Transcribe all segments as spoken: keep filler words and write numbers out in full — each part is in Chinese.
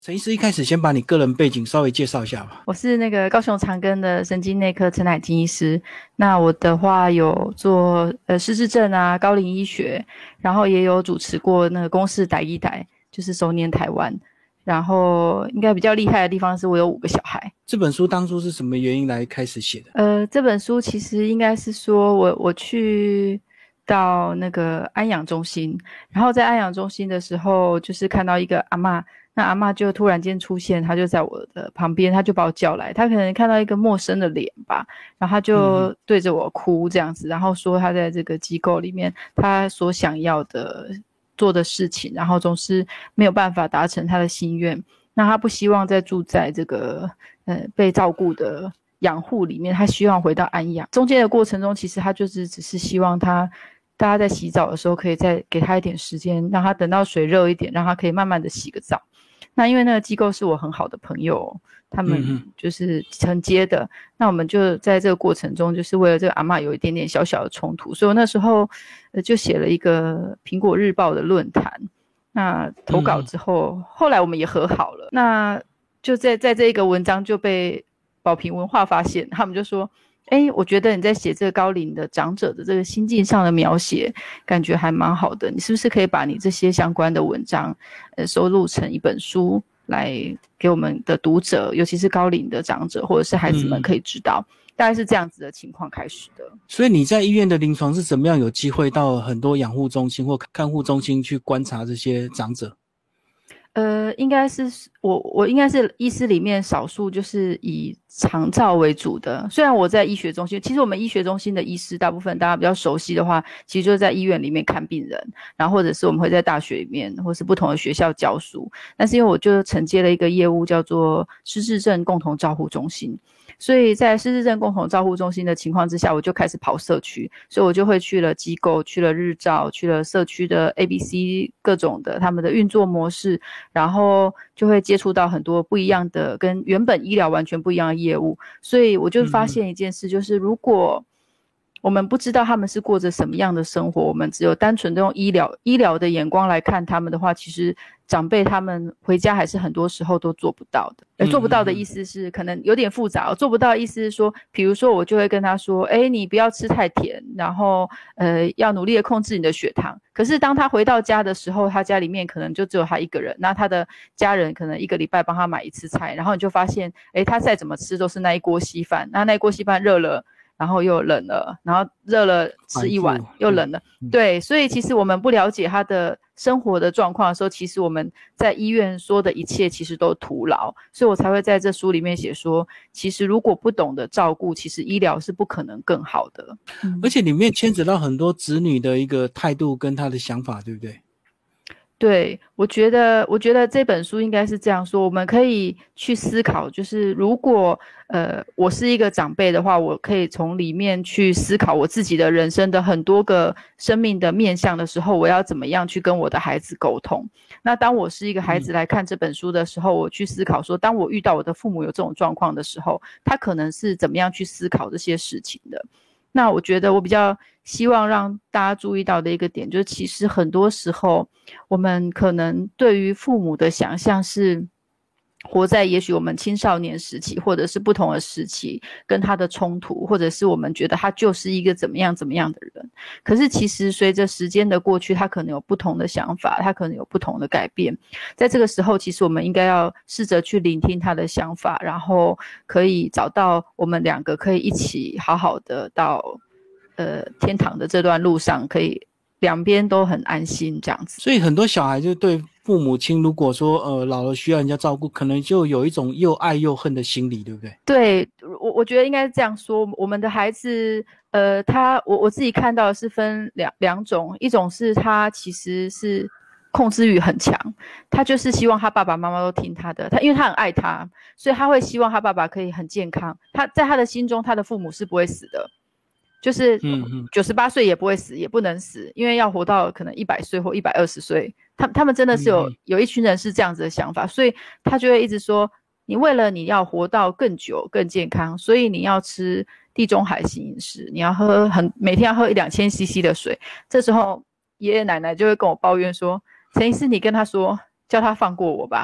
陈医师，一开始先把你个人背景稍微介绍一下吧。 我是那个高雄长庚的神经内科陈乃菁医师。那我的话有做呃失智症啊、高龄医学，然后也有主持过那个公视台一台，就是熟年台湾。然后应该比较厉害的地方是我有五个小孩。 这本书当初是什么原因来开始写的？ 呃，这本书其实应该是说我我去到那个安养中心，然后在安养中心的时候，就是看到一个阿嬷。那阿嬷就突然间出现，她就在我的旁边，她就把我叫来，她可能看到一个陌生的脸吧，然后她就对着我哭这样子，然后说她在这个机构里面她所想要的做的事情，然后总是没有办法达成她的心愿。那她不希望再住在这个呃被照顾的养护里面，她希望回到安养。中间的过程中，其实她就是只是希望她大家在洗澡的时候可以再给她一点时间，让她等到水热一点，让她可以慢慢的洗个澡。那因为那个机构是我很好的朋友，他们就是承接的、嗯、那我们就在这个过程中就是为了这个阿嬷有一点点小小的冲突，所以我那时候就写了一个苹果日报的论坛，那投稿之后、嗯、后来我们也和好了。那就在在这一个文章就被宝瓶文化发现，他们就说哎，我觉得你在写这个高龄的长者的这个心境上的描写感觉还蛮好的，你是不是可以把你这些相关的文章呃收录成一本书来给我们的读者，尤其是高龄的长者或者是孩子们可以知道、嗯、大概是这样子的情况开始的。 所以你在医院的临床是怎么样有机会到很多养护中心或看护中心去观察这些长者？ 呃，应该是我我应该是医师里面少数就是以长照为主的。虽然我在医学中心，其实我们医学中心的医师大部分大家比较熟悉的话，其实就是在医院里面看病人，然后或者是我们会在大学里面或是不同的学校教书。但是因为我就承接了一个业务叫做失智症共同照护中心，所以在失智症共同照护中心的情况之下，我就开始跑社区，所以我就会去了机构，去了日照，去了社区的 A B C 各种的他们的运作模式，然后就会接触到很多不一样的跟原本医疗完全不一样的业务。所以我就发现一件事，就是如果我们不知道他们是过着什么样的生活，我们只有单纯的用医疗医疗的眼光来看他们的话，其实长辈他们回家还是很多时候都做不到的。而做不到的意思是可能有点复杂、哦、做不到的意思是说，比如说我就会跟他说，诶，你不要吃太甜，然后呃要努力的控制你的血糖。可是当他回到家的时候，他家里面可能就只有他一个人，那他的家人可能一个礼拜帮他买一次菜，然后你就发现诶他再怎么吃都是那一锅稀饭，那那一锅稀饭热了然后又冷了，然后热了吃一碗又冷了、嗯、对，所以其实我们不了解他的生活的状况的时候，其实我们在医院说的一切其实都徒劳。所以我才会在这书里面写说，其实如果不懂得照顾，其实医疗是不可能更好的、 嗯、而且里面牵扯到很多子女的一个态度跟他的想法，对不对？ 对，我觉得我觉得这本书应该是这样说，我们可以去思考，就是如果呃我是一个长辈的话，我可以从里面去思考我自己的人生的很多个生命的面向的时候，我要怎么样去跟我的孩子沟通。那当我是一个孩子来看这本书的时候、嗯、我去思考说，当我遇到我的父母有这种状况的时候，他可能是怎么样去思考这些事情的。那我觉得我比较希望让大家注意到的一个点，就是其实很多时候我们可能对于父母的想象是活在也许我们青少年时期或者是不同的时期跟他的冲突，或者是我们觉得他就是一个怎么样怎么样的人。可是其实随着时间的过去，他可能有不同的想法，他可能有不同的改变。在这个时候其实我们应该要试着去聆听他的想法，然后可以找到我们两个可以一起好好的到呃天堂的这段路上，可以两边都很安心这样子。 所以很多小孩就对父母亲如果说呃老了需要人家照顾，可能就有一种又爱又恨的心理，对不对？ 对，我我觉得应该是这样说。我们的孩子呃他我我自己看到的是分两两种，一种是他其实是控制欲很强，他就是希望他爸爸妈妈都听他的，他因为他很爱他，所以他会希望他爸爸可以很健康。他在他的心中，他的父母是不会死的，就是九十八岁也不会死，也不能死，因为要活到可能一百岁或一百二十岁。他他们真的是有有一群人是这样子的想法，所以他就会一直说，你为了你要活到更久更健康，所以你要吃地中海型饮食，你要喝很每天要喝一两千 C C 的水。这时候爷爷奶奶就会跟我抱怨说，陈医师你跟他说，叫他放过我吧，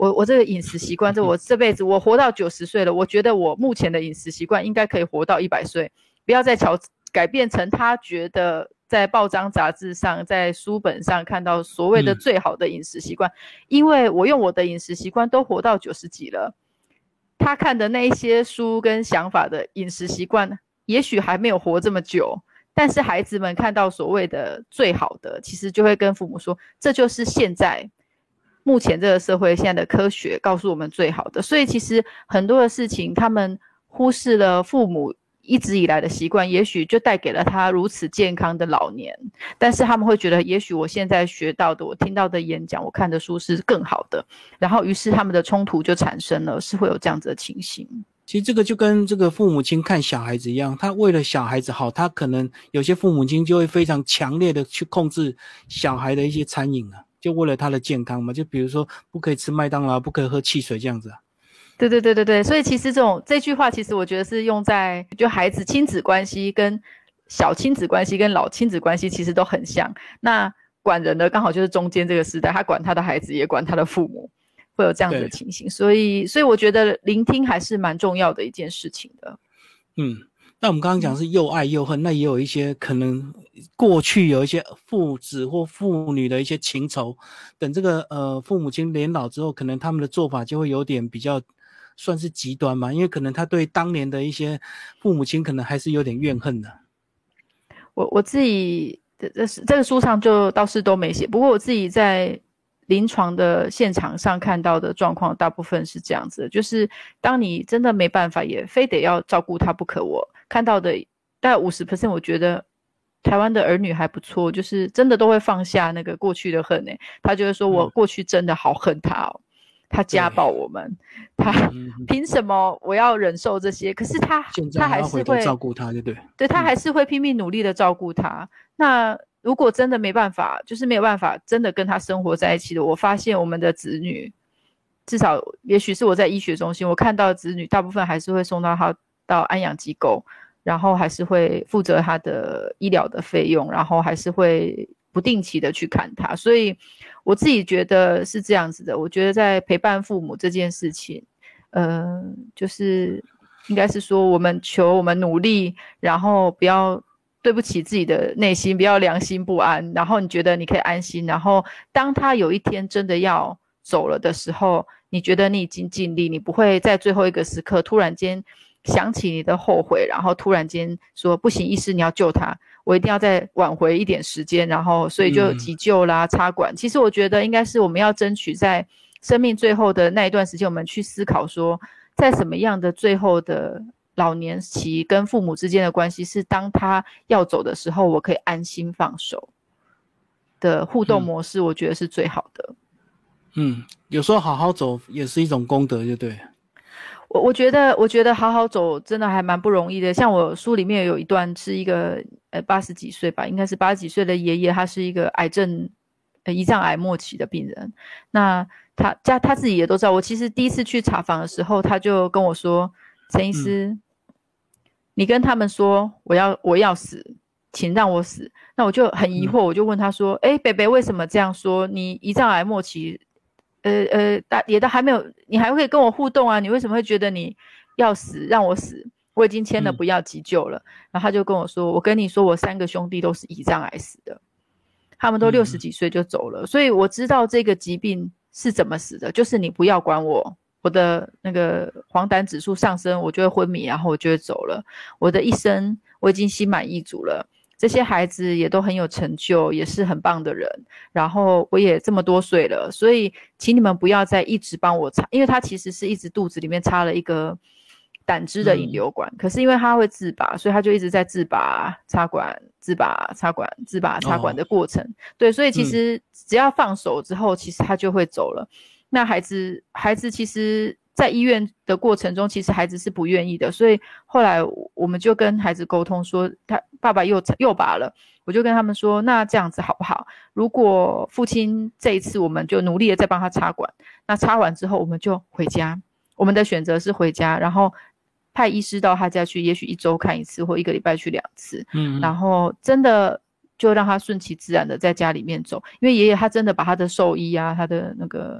我我这个饮食习惯，这我这辈子我活到九十岁了，我觉得我目前的饮食习惯应该可以活到一百岁，不要再调改变成他觉得在报章杂志上在书本上看到所谓的最好的饮食习惯、嗯、因为我用我的饮食习惯都活到九十几了，他看的那一些书跟想法的饮食习惯也许还没有活这么久，但是孩子们看到所谓的最好的，其实就会跟父母说，这就是现在目前这个社会现在的科学告诉我们最好的。所以其实很多的事情他们忽视了父母一直以来的习惯，也许就带给了他如此健康的老年，但是他们会觉得也许我现在学到的，我听到的演讲，我看的书是更好的，然后于是他们的冲突就产生了，是会有这样子的情形。 其实这个就跟这个父母亲看小孩子一样，他为了小孩子好，他可能有些父母亲就会非常强烈的去控制小孩的一些餐饮啊，就为了他的健康嘛，就比如说不可以吃麦当劳，不可以喝汽水这样子啊。 对对对对对，所以其实这种这句话其实我觉得是用在就孩子亲子关系跟小亲子关系跟老亲子关系其实都很像，那管人的刚好就是中间这个时代，他管他的孩子也管他的父母，会有这样子的情形，所以所以我觉得聆听还是蛮重要的一件事情的。 嗯，那我们刚刚讲是又爱又恨，那也有一些可能过去有一些父子或父女的一些情仇，等这个呃父母亲年老之后，可能他们的做法就会有点比较算是极端嘛，因为可能他对当年的一些父母亲可能还是有点怨恨的。 我我自己这这个书上就倒是都没写，不过我自己在临床的现场上看到的状况大部分是这样子的，就是当你真的没办法也非得要照顾他不可，我看到的大概 百分之五十 我觉得台湾的儿女还不错，就是真的都会放下那个过去的恨、欸、他就会说我过去真的好恨他哦、嗯，他家暴我们，他凭什么我要忍受这些？可是他他还是会照顾他，对对？ 对，他还是会拼命努力的照顾他。嗯、那如果真的没办法，就是没有办法真的跟他生活在一起的，我发现我们的子女，至少也许是我在医学中心，我看到的子女大部分还是会送到他到安养机构，然后还是会负责他的医疗的费用，然后还是会不定期的去看他。所以我自己觉得是这样子的，我觉得在陪伴父母这件事情，呃，就是应该是说我们求我们努力，然后不要对不起自己的内心，不要良心不安，然后你觉得你可以安心，然后当他有一天真的要走了的时候，你觉得你已经尽力，你不会在最后一个时刻突然间想起你的后悔，然后突然间说不行，医师你要救他，我一定要再挽回一点时间，然后所以就急救啦、嗯、插管。其实我觉得应该是我们要争取在生命最后的那一段时间，我们去思考说在什么样的最后的老年期跟父母之间的关系是当他要走的时候我可以安心放手的互动模式，我觉得是最好的。 嗯，有时候好好走也是一种功德，就对。 我我觉得我觉得好好走真的还蛮不容易的。像我书里面有一段是一个呃八十几岁吧，应该是八十几岁的爷爷，他是一个癌症呃胰脏癌末期的病人。那他家他自己也都知道，我其实第一次去查房的时候，他就跟我说，陈医师、嗯、你跟他们说我要我要死，请让我死。那我就很疑惑、嗯、我就问他说，诶北北为什么这样说？你胰脏癌末期呃呃，也都还没有，你还可以跟我互动啊，你为什么会觉得你要死，让我死？我已经签了不要急救了、嗯、然后他就跟我说，我跟你说我三个兄弟都是胰脏癌死的，他们都六十几岁就走了、嗯、所以我知道这个疾病是怎么死的，就是你不要管我，我的那个黄疸指数上升，我就会昏迷，然后我就会走了，我的一生我已经心满意足了，这些孩子也都很有成就，也是很棒的人，然后我也这么多岁了，所以请你们不要再一直帮我插，因为他其实是一直肚子里面插了一个胆汁的引流管、嗯、可是因为他会自拔，所以他就一直在自拔插管自拔插管自拔插管的过程、哦、对，所以其实只要放手之后、嗯、其实他就会走了。那孩子孩子其实在医院的过程中，其实孩子是不愿意的，所以后来我们就跟孩子沟通说，他爸爸又又拔了，我就跟他们说，那这样子好不好？如果父亲这一次我们就努力的再帮他插管，那插完之后我们就回家，我们的选择是回家，然后派医师到他家去，也许一周看一次或一个礼拜去两次，嗯，然后真的就让他顺其自然的在家里面走，因为爷爷他真的把他的寿衣啊，他的那个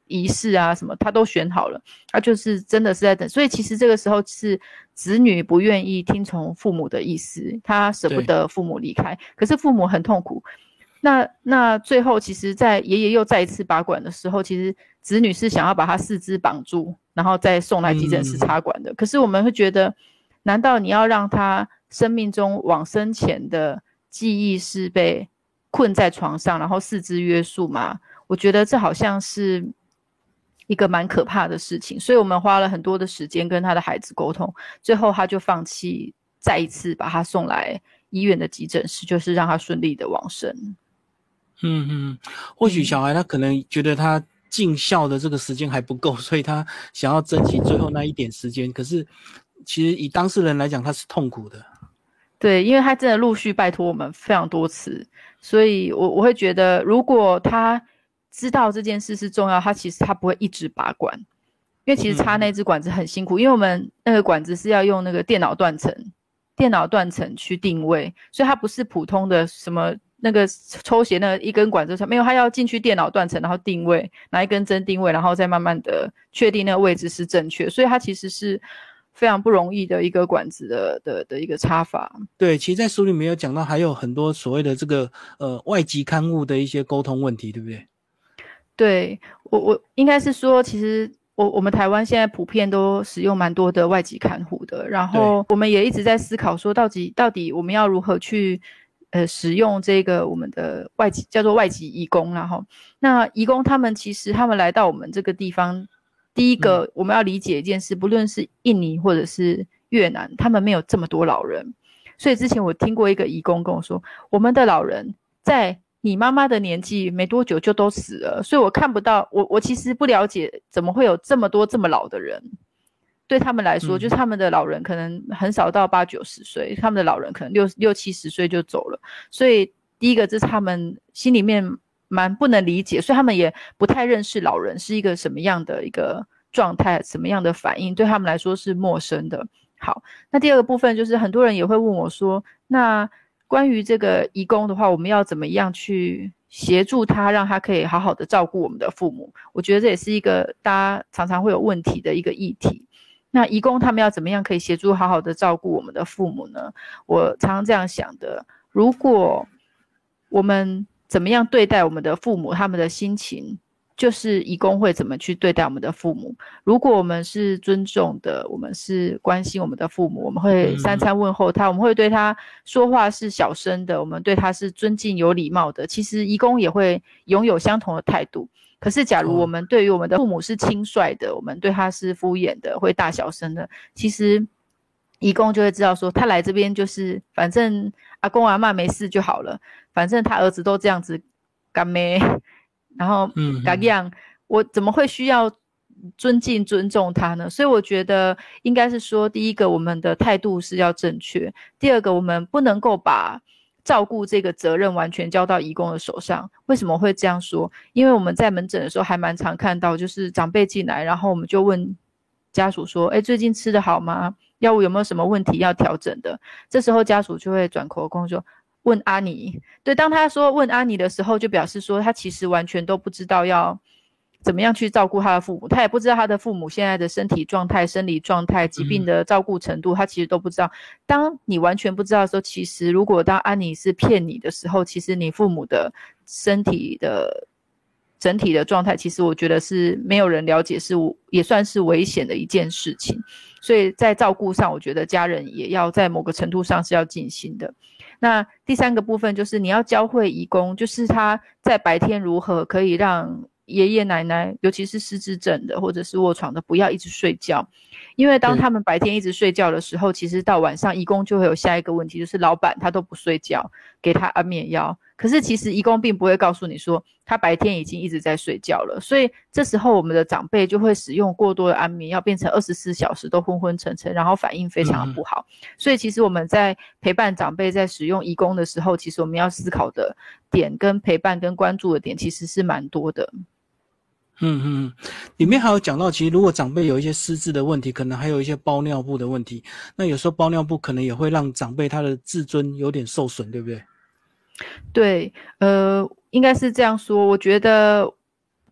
仪式啊什么，他都选好了，他就是真的是在等。所以其实这个时候是子女不愿意听从父母的意思，他舍不得父母离开，可是父母很痛苦。那那最后其实在爷爷又再一次拔管的时候，其实子女是想要把他四肢绑住，然后再送来急诊室插管的、嗯、可是我们会觉得，难道你要让他生命中往生前的记忆是被困在床上，然后四肢约束吗？我觉得这好像是一个蛮可怕的事情，所以我们花了很多的时间跟他的孩子沟通，最后他就放弃再一次把他送来医院的急诊室，就是让他顺利的往生。 嗯嗯，或许小孩他可能觉得他尽孝的这个时间还不够，所以他想要珍惜最后那一点时间，可是其实以当事人来讲他是痛苦的。 对，因为他真的陆续拜托我们非常多次，所以我我会觉得如果他知道这件事是重要，他其实他不会一直拔管，因为其实插那支管子很辛苦、嗯、因为我们那个管子是要用那个电脑断层电脑断层去定位，所以它不是普通的什么那个抽血那一根管子，没有，它要进去电脑断层，然后定位，拿一根针定位，然后再慢慢的确定那个位置是正确，所以它其实是非常不容易的一个管子的的的一个插法。 对，其实在书里面有讲到还有很多所谓的这个呃外籍看护的一些沟通问题，对不对？ 对，我我应该是说其实我我们台湾现在普遍都使用蛮多的外籍看护的，然后我们也一直在思考说到底到底我们要如何去呃，使用这个我们的外籍叫做外籍移工，然后那移工他们其实他们来到我们这个地方，第一个、嗯、我们要理解一件事，不论是印尼或者是越南，他们没有这么多老人，所以之前我听过一个移工跟我说，我们的老人在你妈妈的年纪没多久就都死了，所以我看不到，我我其实不了解怎么会有这么多这么老的人。对他们来说、嗯、就是他们的老人可能很少到八九十岁，他们的老人可能六六七十岁就走了，所以第一个这是他们心里面蛮不能理解，所以他们也不太认识老人是一个什么样的一个状态，什么样的反应，对他们来说是陌生的。好，那第二个部分就是很多人也会问我说，那关于这个移工的话，我们要怎么样去协助他，让他可以好好的照顾我们的父母？我觉得这也是一个大家常常会有问题的一个议题。那移工他们要怎么样可以协助好好的照顾我们的父母呢？我常常这样想的，如果我们怎么样对待我们的父母，他们的心情就是移工会怎么去对待我们的父母。如果我们是尊重的，我们是关心我们的父母，我们会三餐问候他，我们会对他说话是小声的，我们对他是尊敬有礼貌的，其实移工也会拥有相同的态度。可是假如我们对于我们的父母是轻率的，我们对他是敷衍的，会大小声的，其实移工就会知道说，他来这边就是反正阿公阿嬷没事就好了，反正他儿子都这样子干咩，然后干样，我怎么会需要尊敬尊重他呢？所以我觉得应该是说，第一个我们的态度是要正确，第二个我们不能够把照顾这个责任完全交到移工的手上。为什么会这样说？因为我们在门诊的时候还蛮常看到，就是长辈进来，然后我们就问家属说，诶，最近吃得好吗？药物有没有什么问题要调整的？这时候家属就会转口供说，问阿妮。对，当他说问阿妮的时候，就表示说他其实完全都不知道要怎么样去照顾他的父母，他也不知道他的父母现在的身体状态、生理状态、疾病的照顾程度，他其实都不知道。当你完全不知道的时候，其实如果当安妮是骗你的时候，其实你父母的身体的整体的状态，其实我觉得是没有人了解，是也算是危险的一件事情。所以在照顾上，我觉得家人也要在某个程度上是要尽心的。那第三个部分就是你要教会移工，就是他在白天如何可以让爷爷奶奶，尤其是失智症的或者是卧床的，不要一直睡觉。因为当他们白天一直睡觉的时候，其实到晚上移工就会有下一个问题，就是老板他都不睡觉，给他安眠药。可是其实移工并不会告诉你说他白天已经一直在睡觉了，所以这时候我们的长辈就会使用过多的安眠药，变成二十四小时都昏昏沉沉，然后反应非常的不好、嗯、所以其实我们在陪伴长辈在使用移工的时候，其实我们要思考的点跟陪伴跟关注的点其实是蛮多的。 嗯嗯，里面还有讲到，其实如果长辈有一些失智的问题，可能还有一些包尿布的问题，那有时候包尿布可能也会让长辈他的自尊有点受损，对不对？ 对，呃，应该是这样说。我觉得第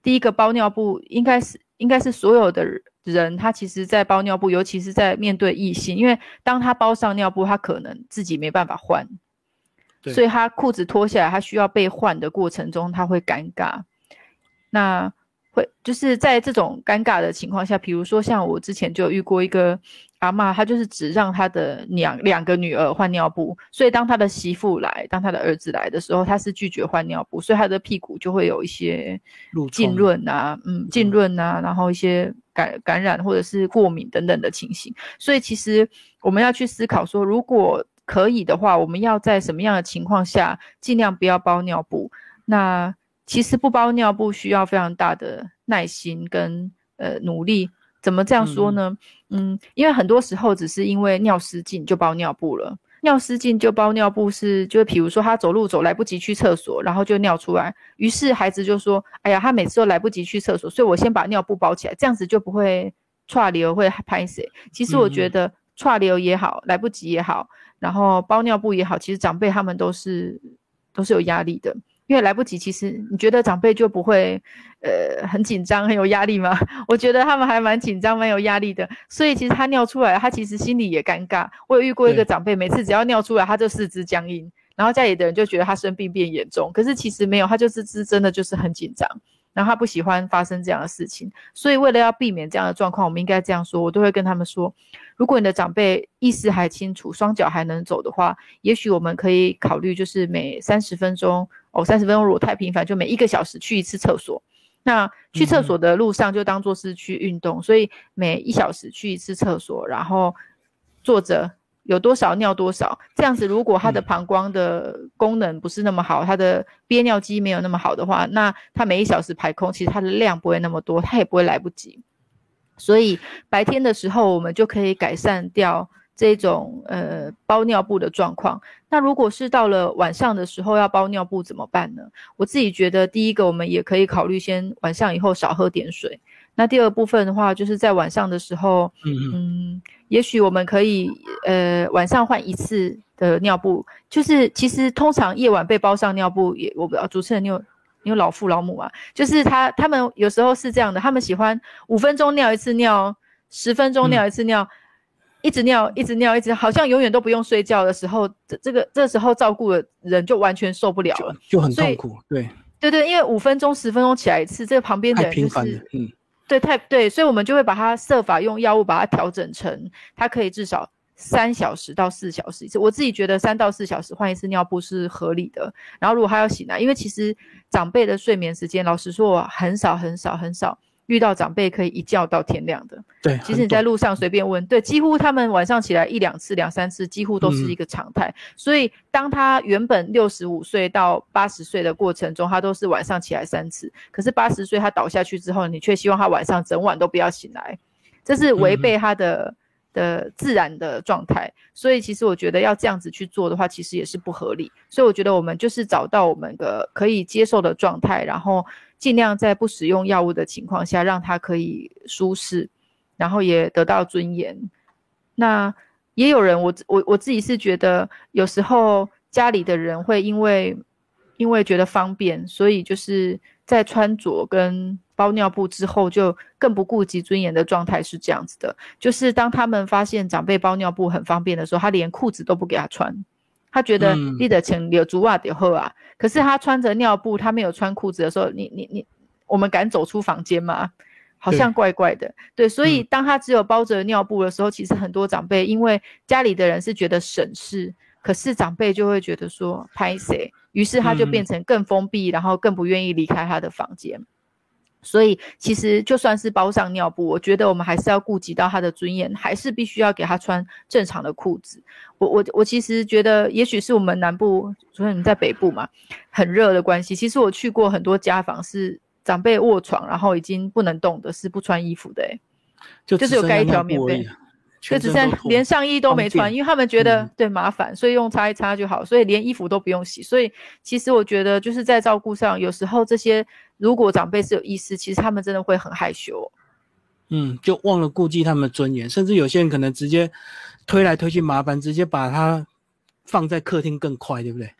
第一个包尿布应该是应该是所有的人，他其实在包尿布，尤其是在面对异性，因为当他包上尿布，他可能自己没办法换，所以他裤子脱下来，他需要被换的过程中，他会尴尬。那会就是在这种尴尬的情况下，比如说像我之前就有遇过一个阿嬷，她就是只让她的两两个女儿换尿布，所以当她的媳妇来，当她的儿子来的时候，她是拒绝换尿布，所以她的屁股就会有一些浸润啊，嗯，浸润啊，然后一些感感染或者是过敏等等的情形。所以其实我们要去思考说，如果可以的话，我们要在什么样的情况下尽量不要包尿布？那其实不包尿布需要非常大的耐心跟呃努力。怎么这样说呢？嗯, 嗯，因为很多时候只是因为尿失禁就包尿布了。尿失禁就包尿布是，就比如说他走路走来不及去厕所，然后就尿出来，于是孩子就说：“哎呀，他每次都来不及去厕所，所以我先把尿布包起来，这样子就不会岔流会拍谁。”其实我觉得岔流也好，来不及也好，然后包尿布也好，其实长辈他们都是都是有压力的。因为来不及，其实你觉得长辈就不会呃很紧张很有压力吗？我觉得他们还蛮紧张蛮有压力的，所以其实他尿出来他其实心里也尴尬。我有遇过一个长辈，每次只要尿出来他就四肢僵硬，然后家里的人就觉得他生病变严重，可是其实没有，他就是真的就是很紧张，然后他不喜欢发生这样的事情。所以为了要避免这样的状况，我们应该这样说，我都会跟他们说，如果你的长辈意识还清楚，双脚还能走的话，也许我们可以考虑就是每三十分钟哦，三十分钟如果太频繁，就每一个小时去一次厕所。那去厕所的路上就当作是去运动、嗯、所以每一小时去一次厕所，然后坐着有多少尿多少，这样子如果他的膀胱的功能不是那么好、嗯、他的憋尿肌没有那么好的话，那他每一小时排空，其实他的量不会那么多，他也不会来不及。所以白天的时候我们就可以改善掉这种呃包尿布的状况。那如果是到了晚上的时候要包尿布怎么办呢？我自己觉得第一个我们也可以考虑先晚上以后少喝点水。那第二部分的话就是在晚上的时候嗯, 嗯也许我们可以呃晚上换一次的尿布，就是其实通常夜晚被包上尿布也我不知道主持人你有你有老父老母啊，就是他他们有时候是这样的，他们喜欢五分钟尿一次尿，十分钟尿一次尿、嗯一直尿一直尿一直好像永远都不用睡觉的时候，这这个这时候照顾的人就完全受不了了， 就, 就很痛苦。对对对，因为五分钟十分钟起来一次，这个旁边的人就是太频繁了，嗯，对太对，所以我们就会把它设法用药物把它调整成它可以至少三小时到四小时一次。我自己觉得三到四小时换一次尿布是合理的。然后如果他要醒来，因为其实长辈的睡眠时间老实说我很少很少很少遇到长辈可以一觉到天亮的。 对， 其实你在路上随便问，对，几乎他们晚上起来一两次两三次几乎都是一个常态、嗯、所以当他原本六十五岁到八十岁的过程中，他都是晚上起来三次，可是八十岁他倒下去之后，你却希望他晚上整晚都不要醒来，这是违背他的、嗯、的自然的状态。所以其实我觉得要这样子去做的话其实也是不合理。所以我觉得我们就是找到我们的可以接受的状态，然后尽量在不使用药物的情况下让他可以舒适，然后也得到尊严。那也有人我我我自己是觉得有时候家里的人会因为因为觉得方便，所以就是在穿着跟包尿布之后就更不顾及尊严的状态是这样子的，就是当他们发现长辈包尿布很方便的时候，他连裤子都不给他穿，他觉得你的钱有足袜就好啊、嗯、可是他穿着尿布他没有穿裤子的时候，你你你我们敢走出房间吗？好像怪怪的。 对, 对，所以当他只有包着尿布的时候、嗯、其实很多长辈因为家里的人是觉得省事，可是长辈就会觉得说拍谁，于是他就变成更封闭、嗯、然后更不愿意离开他的房间。所以其实就算是包上尿布，我觉得我们还是要顾及到他的尊严，还是必须要给他穿正常的裤子。我我我其实觉得也许是我们南部，所以你在北部嘛很热的关系，其实我去过很多家访是长辈卧床然后已经不能动的，是不穿衣服的、欸、就, 就是有盖一条棉被，就只剩连上衣都没穿，因为他们觉得、嗯、对麻烦，所以用擦一擦就好，所以连衣服都不用洗。所以其实我觉得就是在照顾上，有时候这些如果长辈是有意识，其实他们真的会很害羞， 嗯，就忘了顾及他们的尊严，甚至有些人可能直接推来推去麻烦，直接把它放在客厅更快，对不对？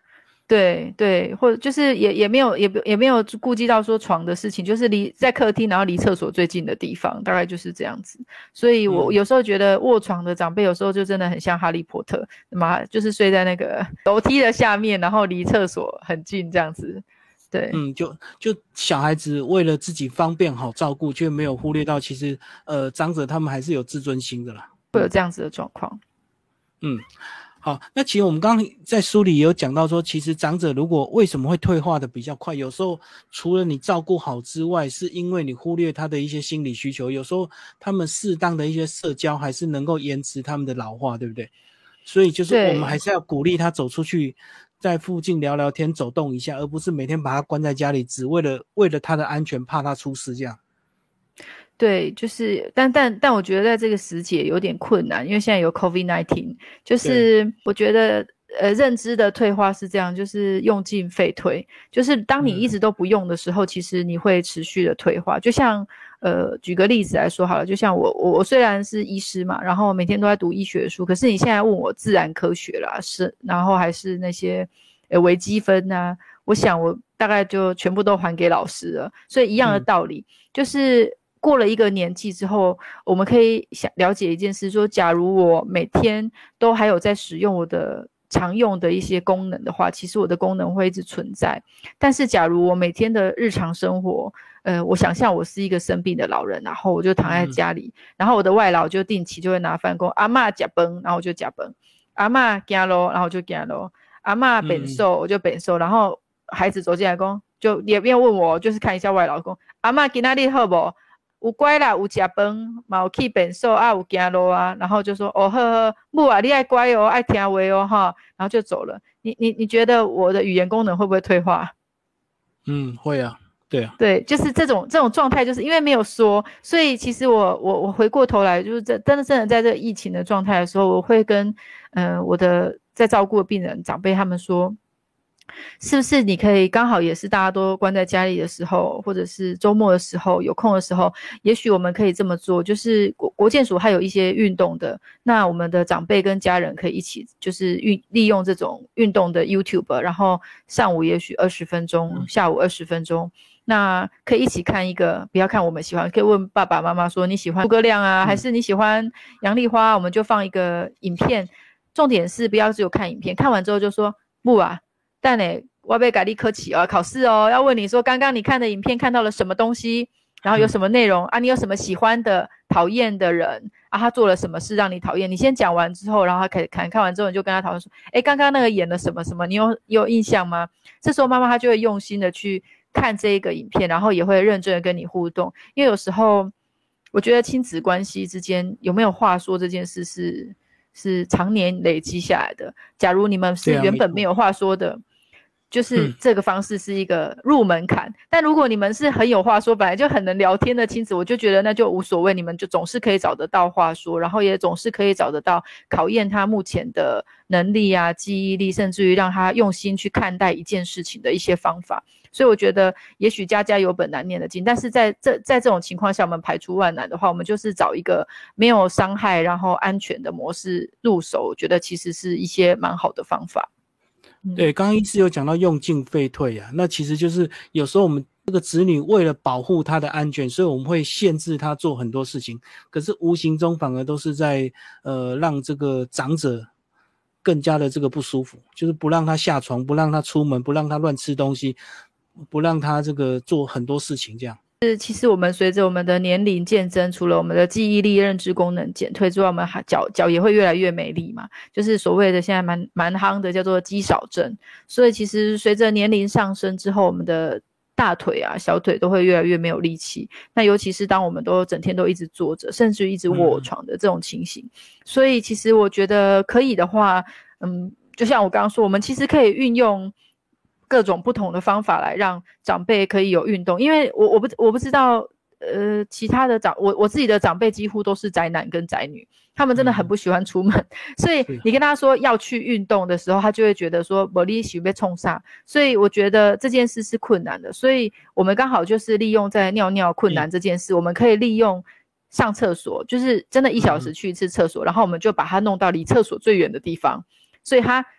对对，或者就是也也没有也也没有顾及到说床的事情，就是离在客厅，然后离厕所最近的地方，大概就是这样子。所以我有时候觉得卧床的长辈有时候就真的很像哈利波特，那么就是睡在那个楼梯的下面，然后离厕所很近这样子。对， 嗯，就就小孩子为了自己方便好照顾，却没有忽略到其实呃长者他们还是有自尊心的啦， 会有这样子的状况。 嗯。好，那其实我们刚刚在书里也有讲到说，其实长者如果为什么会退化的比较快，有时候除了你照顾好之外，是因为你忽略他的一些心理需求，有时候他们适当的一些社交还是能够延迟他们的老化，对不对？所以就是我们还是要鼓励他走出去，在附近聊聊天，走动一下，而不是每天把他关在家里，只为了为了他的安全，怕他出事这样。 对，就是但但但我觉得在这个时节有点困难，因为现在有 COVID 十九， 就是我觉得呃认知的退化是这样，就是用进废退，就是当你一直都不用的时候，嗯、其实你会持续的退化。就像呃举个例子来说好了，就像我我我虽然是医师嘛，然后每天都在读医学书，可是你现在问我自然科学啦，是然后还是那些呃微积分啊，我想我大概就全部都还给老师了。所以一样的道理，嗯、就是过了一个年纪之后，我们可以想了解一件事，说假如我每天都还有在使用我的常用的一些功能的话，其实我的功能会一直存在。但是假如我每天的日常生活，呃，我想象我是一个生病的老人，然后我就躺在家里，嗯、然后我的外劳就定期就会拿饭说阿嬷吃饭，然后我就吃饭，阿嬷走路，然后我就走路，阿嬷便瘦，我就便瘦，然后孩子走进来说，就也没有问我，就是看一下外劳说阿嬷今天好不？有乖啦，有吃饭，嘛有去便所啊，有走路啊，然后就说哦呵呵，母啊，你爱乖哦，爱听话哦哈，然后就走了。你你你觉得我的语言功能会不会退化？ 嗯，会啊，对啊， 对，就是这种这种状态，就是因为没有说，所以其实我我我回过头来，就是真真的真的在这个疫情的状态的时候，我会跟呃我的在照顾的病人长辈他们说。是不是你可以刚好也是大家都关在家里的时候，或者是周末的时候有空的时候，也许我们可以这么做，就是国国健署还有一些运动的，那我们的长辈跟家人可以一起就是运利用这种运动的 YouTube， 然后上午也许二十分钟，下午二十分钟，那可以一起看一个，不要看我们喜欢，可以问爸爸妈妈说你喜欢诸葛亮啊，还是你喜欢杨丽花，我们就放一个影片，重点是不要只有看影片，看完之后就说不啊。但呢，我要给你考试哦，考试哦，要问你说刚刚你看的影片看到了什么东西，然后有什么内容、嗯、啊？你有什么喜欢的、讨厌的人啊？他做了什么事让你讨厌？你先讲完之后，然后他可以看，看完之后你就跟他讨论说，哎，刚刚那个演了什么什么？你有你有印象吗？这时候妈妈她就会用心的去看这一个影片，然后也会认真的跟你互动，因为有时候我觉得亲子关系之间有没有话说这件事是是常年累积下来的。假如你们是原本没有话说的。就是这个方式是一个入门槛、嗯、但如果你们是很有话说，本来就很能聊天的亲子，我就觉得那就无所谓，你们就总是可以找得到话说，然后也总是可以找得到考验他目前的能力啊、记忆力，甚至于让他用心去看待一件事情的一些方法。所以我觉得也许家家有本难念的经，但是在这在这种情况下，我们排除万难的话，我们就是找一个没有伤害然后安全的模式入手，我觉得其实是一些蛮好的方法。 对，刚刚医师有讲到用进废退啊，那其实就是有时候我们这个子女为了保护他的安全，所以我们会限制他做很多事情，可是无形中反而都是在呃让这个长者更加的这个不舒服，就是不让他下床，不让他出门，不让他乱吃东西，不让他这个做很多事情这样。 是，其实我们随着我们的年龄渐增，除了我们的记忆力、认知功能减退之外，我们还脚脚也会越来越没力嘛，就是所谓的现在蛮蛮夯的叫做肌少症。所以其实随着年龄上升之后，我们的大腿啊、小腿都会越来越没有力气。那尤其是当我们都整天都一直坐着，甚至一直卧床的这种情形。嗯、所以其实我觉得可以的话，嗯，就像我刚刚说，我们其实可以运用各种不同的方法来让长辈可以有运动，因为我我不我不知道，呃，其他的长我我自己的长辈几乎都是宅男跟宅女，他们真的很不喜欢出门，嗯、所以你跟他说要去运动的时候，他就会觉得说没力气被冲上，所以我觉得这件事是困难的，所以我们刚好就是利用在尿尿困难这件事，嗯、我们可以利用上厕所，就是真的一小时去一次厕所，嗯、然后我们就把它弄到离厕所最远的地方。所以他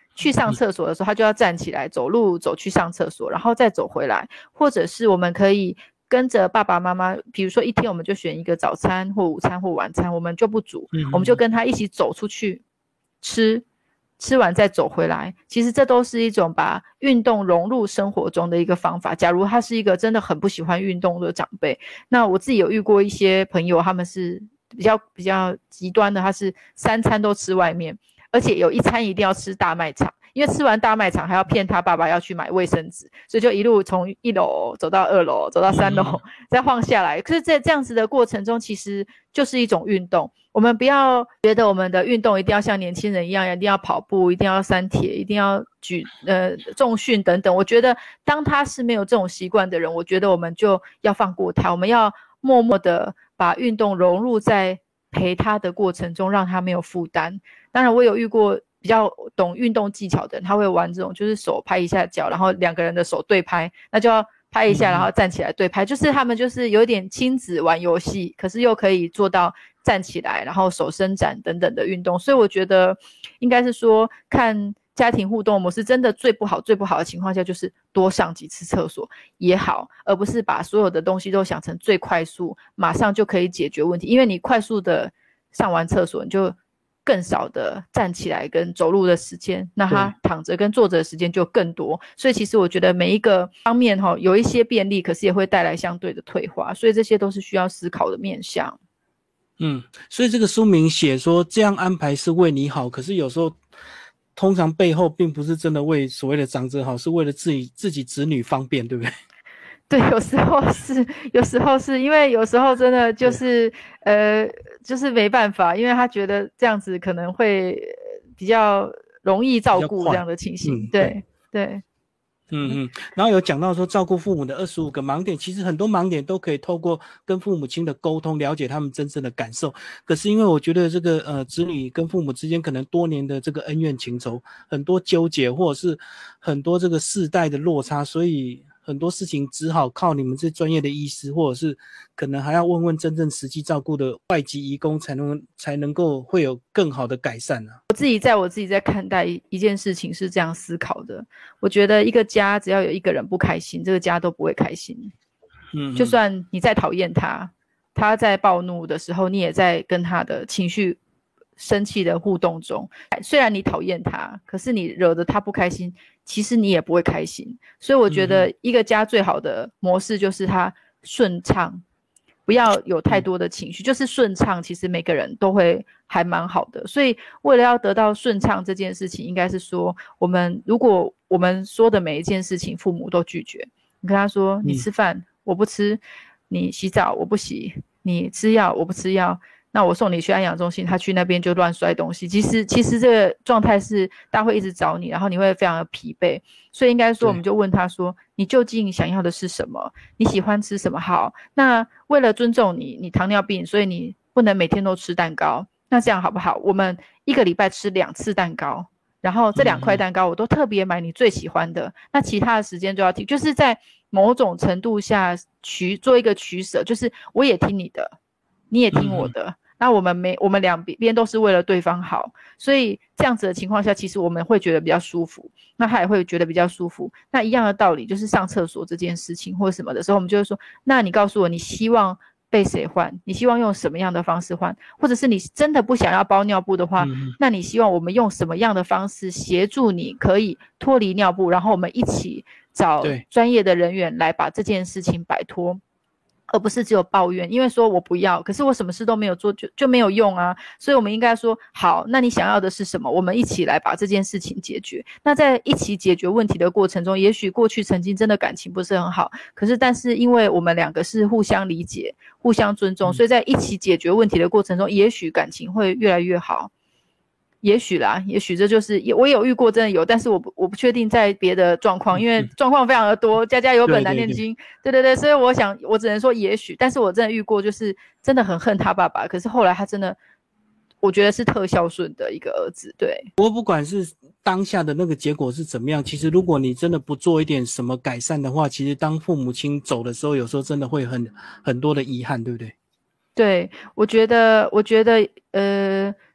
去上厕所的时候他就要站起来走路走去上厕所，然后再走回来，或者是我们可以跟着爸爸妈妈，比如说一天我们就选一个早餐或午餐或晚餐，我们就不煮，嗯、我们就跟他一起走出去吃，吃完再走回来。其实这都是一种把运动融入生活中的一个方法。假如他是一个真的很不喜欢运动的长辈，那我自己有遇过一些朋友，他们是比较比较极端的，他是三餐都吃外面，而且有一餐一定要吃大卖场，因为吃完大卖场还要骗他爸爸要去买卫生纸，所以就一路从一楼走到二楼，走到三楼、嗯、再晃下来。可是在这样子的过程中，其实就是一种运动。我们不要觉得我们的运动一定要像年轻人一样，一定要跑步，一定要三铁，一定要举呃重训等等。我觉得当他是没有这种习惯的人，我觉得我们就要放过他，我们要默默的把运动融入在陪他的过程中，让他没有负担。当然我有遇过比较懂运动技巧的人，他会玩这种就是手拍一下脚，然后两个人的手对拍，那就要拍一下然后站起来对拍、嗯、就是他们就是有点亲子玩游戏，可是又可以做到站起来然后手伸展等等的运动。所以我觉得应该是说看家庭互动模式真的最不好最不好的情况下，就是多上几次厕所也好，而不是把所有的东西都想成最快速马上就可以解决问题。因为你快速的上完厕所，你就更少的站起来跟走路的时间，那他躺着跟坐着的时间就更多。所以其实我觉得每一个方面有一些便利，可是也会带来相对的退化，所以这些都是需要思考的面向。 嗯，所以这个书名写说这样安排是为你好，可是有时候通常背后并不是真的为所谓的长者好，是为了自己自己子女方便，对不对？ 对，有时候是，有时候是因为有时候真的就是呃，就是没办法，因为他觉得这样子可能会比较容易照顾这样的情形。嗯、对对。 嗯嗯，然后有讲到说照顾父母的二十五个盲点，其实很多盲点都可以透过跟父母亲的沟通了解他们真正的感受。可是因为我觉得这个呃子女跟父母之间可能多年的这个恩怨情仇，很多纠结或者是很多这个世代的落差，所以很多事情只好靠你们这专业的医师，或者是可能还要问问真正实际照顾的外籍移工，才能才能够会有更好的改善啊。 我自己在我自己在看待一件事情是这样思考的，我觉得一个家只要有一个人不开心，这个家都不会开心。嗯，就算你再讨厌他，他在暴怒的时候，你也在跟他的情绪生气的互动中，虽然你讨厌他，可是你惹得他不开心，其实你也不会开心。所以我觉得一个家最好的模式就是他顺畅，不要有太多的情绪，就是顺畅，其实每个人都会还蛮好的。所以为了要得到顺畅这件事情，应该是说我们如果我们说的每一件事情父母都拒绝，你跟他说你吃饭、嗯、我不吃，你洗澡我不洗，你吃药我不吃药，那我送你去安养中心，他去那边就乱摔东西。其实其实这个状态是大家会一直找你，然后你会非常的疲惫。所以应该说我们就问他说你究竟想要的是什么，你喜欢吃什么？好，那为了尊重你，你糖尿病，所以你不能每天都吃蛋糕，那这样好不好？我们一个礼拜吃两次蛋糕，然后这两块蛋糕我都特别买你最喜欢的、嗯、那其他的时间就要听，就是在某种程度下取做一个取舍，就是我也听你的，你也听我的、嗯、那我们没我们两边都是为了对方好，所以这样子的情况下，其实我们会觉得比较舒服，那他也会觉得比较舒服。那一样的道理，就是上厕所这件事情或者什么的时候，我们就会说，那你告诉我你希望被谁换，你希望用什么样的方式换，或者是你真的不想要包尿布的话、嗯、那你希望我们用什么样的方式协助你可以脱离尿布，然后我们一起找专业的人员来把这件事情摆脱，而不是只有抱怨。因为说我不要，可是我什么事都没有做，就就没有用啊。所以我们应该说，好，那你想要的是什么？我们一起来把这件事情解决。那在一起解决问题的过程中，也许过去曾经真的感情不是很好，可是但是因为我们两个是互相理解、互相尊重，所以在一起解决问题的过程中，也许感情会越来越好。也许啦，也许这就是我也有遇过，真的有，但是我不我不确定在别的状况，因为状况非常的多，家家有本难念经，对对对，所以我想我只能说也许，但是我真的遇过，就是真的很恨他爸爸，可是后来他真的，我觉得是特孝顺的一个儿子。对， 不过不管是当下的那个结果是怎么样，其实如果你真的不做一点什么改善的话，其实当父母亲走的时候，有时候真的会很很多的遗憾，对不对？ 对，我觉得我觉得呃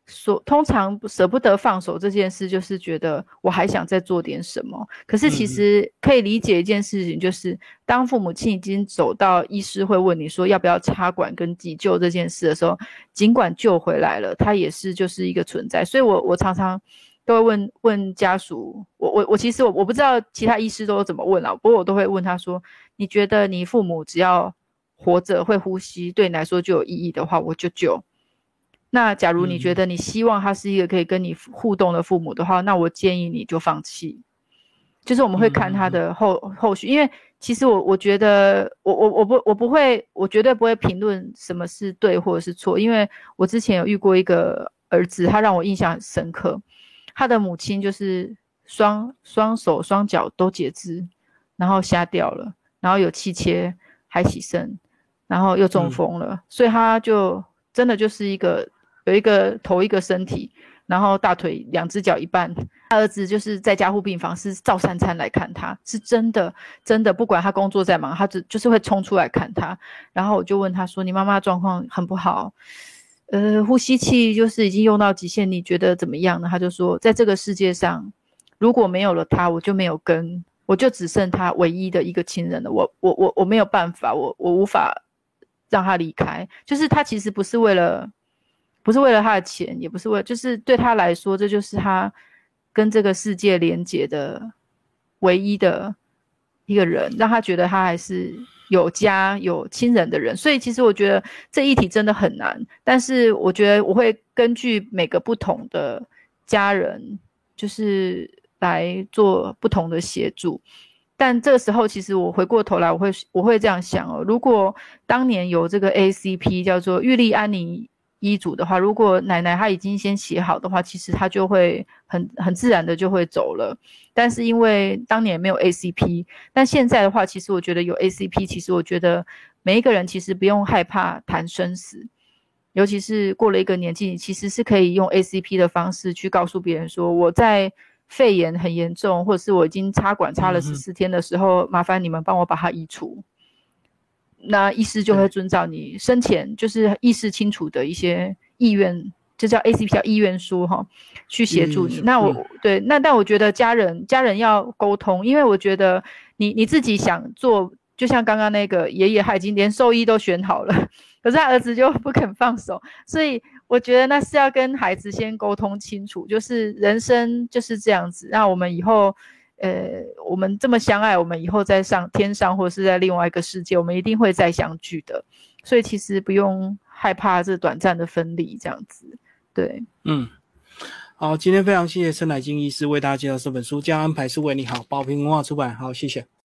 所通常舍不得放手这件事，就是觉得我还想再做点什么。可是其实可以理解一件事情，就是当父母亲已经走到医师会问你说要不要插管跟急救这件事的时候，尽管救回来了，它也是就是一个存在。所以我我常常都会问问家属，我我我其实我我不知道其他医师都怎么问啦，不过我都会问他说，你觉得你父母只要活着会呼吸，对你来说就有意义的话，我就救。那假如你觉得你希望他是一个可以跟你互动的父母的话，那我建议你就放弃。就是我们会看他的后后续，因为其实我我觉得我我我不我不会，我绝对不会评论什么是对或者是错，因为我之前有遇过一个儿子，他让我印象很深刻。他的母亲就是双双手双脚都截肢，然后瞎掉了，然后有气切，还洗肾，然后又中风了，嗯、所以他就真的就是一个。有一个头一个身体，然后大腿两只脚一半，他儿子就是在加护病房是照三餐来看他，是真的真的不管他工作再忙，他只就是会冲出来看他。然后我就问他说，你妈妈状况很不好，呃，呼吸器就是已经用到极限，你觉得怎么样呢？他就说，在这个世界上如果没有了他，我就没有根，我就只剩他唯一的一个亲人了，我我我我没有办法，我我无法让他离开。就是他其实不是为了不是为了他的钱，也不是为了，就是对他来说，这就是他跟这个世界连结的唯一的一个人，让他觉得他还是有家有亲人的人。所以其实我觉得这议题真的很难，但是我觉得我会根据每个不同的家人，就是来做不同的协助。但这个时候其实我回过头来，我会我会这样想哦，如果当年有这个 A C P 叫做玉立安宁医嘱的话，如果奶奶她已经先写好的话，其实她就会很很自然的就会走了。但是因为当年没有 A C P， 但现在的话，其实我觉得有 A C P， 其实我觉得每一个人其实不用害怕谈生死，尤其是过了一个年纪，你其实是可以用 A C P 的方式去告诉别人说，我在肺炎很严重，或者是我已经插管插了十四天的时候，嗯、麻烦你们帮我把它移除。那医师就会遵照你生前就是意识清楚的一些意愿，这叫 A C P 叫意愿书哈，去协助你。那我、嗯、对，那但我觉得家人家人要沟通，因为我觉得你你自己想做，就像刚刚那个爷爷，他已经连兽医都选好了，可是他儿子就不肯放手，所以我觉得那是要跟孩子先沟通清楚，就是人生就是这样子，那我们以后。呃，我们这么相爱，我们以后在上天上或是在另外一个世界，我们一定会再相聚的。所以其实不用害怕这短暂的分离，这样子。对， 嗯，好，今天非常谢谢陈乃菁医师为大家介绍这本书《家安排是为你好》，宝瓶文化出版。好，谢谢。